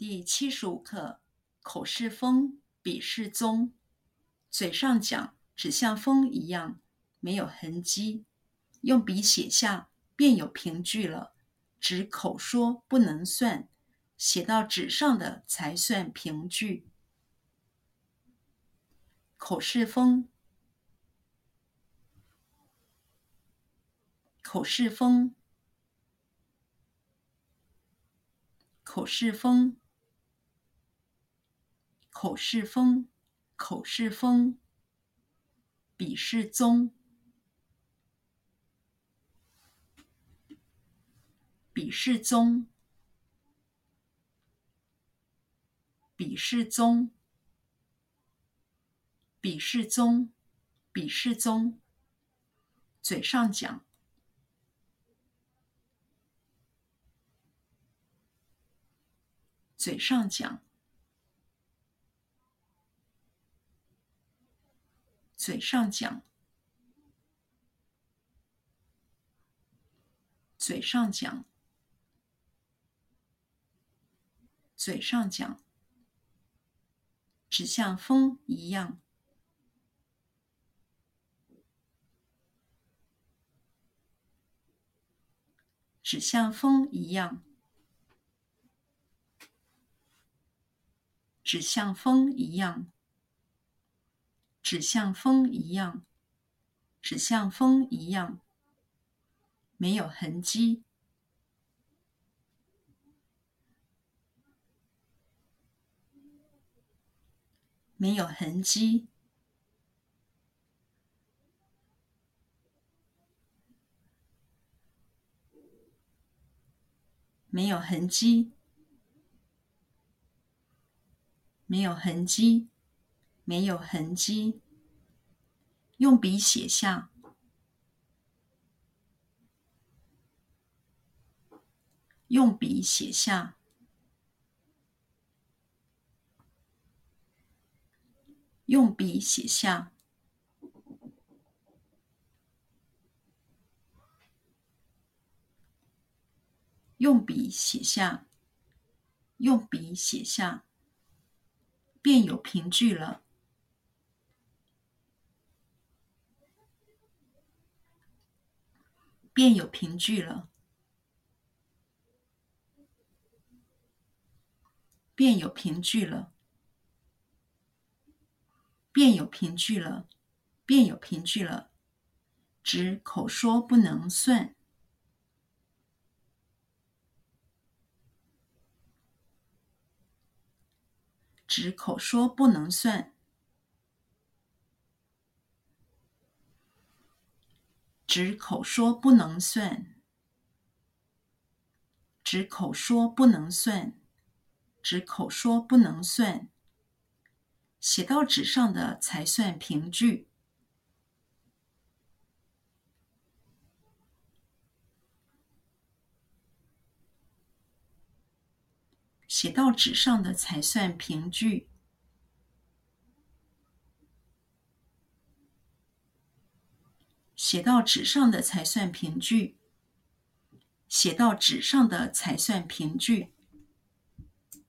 第75课口是风，笔是踪。嘴上讲，只像风一样，没有痕迹。用笔写下，便有凭据了。只口说不能算，写到纸上的才算凭据。口是风，口是风，口是风，口是风，口是风。笔是踪，笔是踪，笔是踪，笔是踪，笔是踪。嘴上讲，嘴上讲，嘴上讲，嘴上讲，嘴上讲，只像风一样，只像风一样，只像风一样，只像风一样，只像风一样，没有痕迹，没有痕迹，没有痕迹，没有痕迹，没有痕迹。用笔写下，用笔写下，用笔写下，用笔写下，用笔写下，便有凭据了。便有凭据了，便有凭据了，便有凭据了，便有凭据了。只口说不能算，只口说不能算，只口说不能算，只口说不能算，只口说不能算。写到纸上的才算凭据，写到纸上的才算凭据，写到纸上的才算凭据，写到纸上的才算凭据。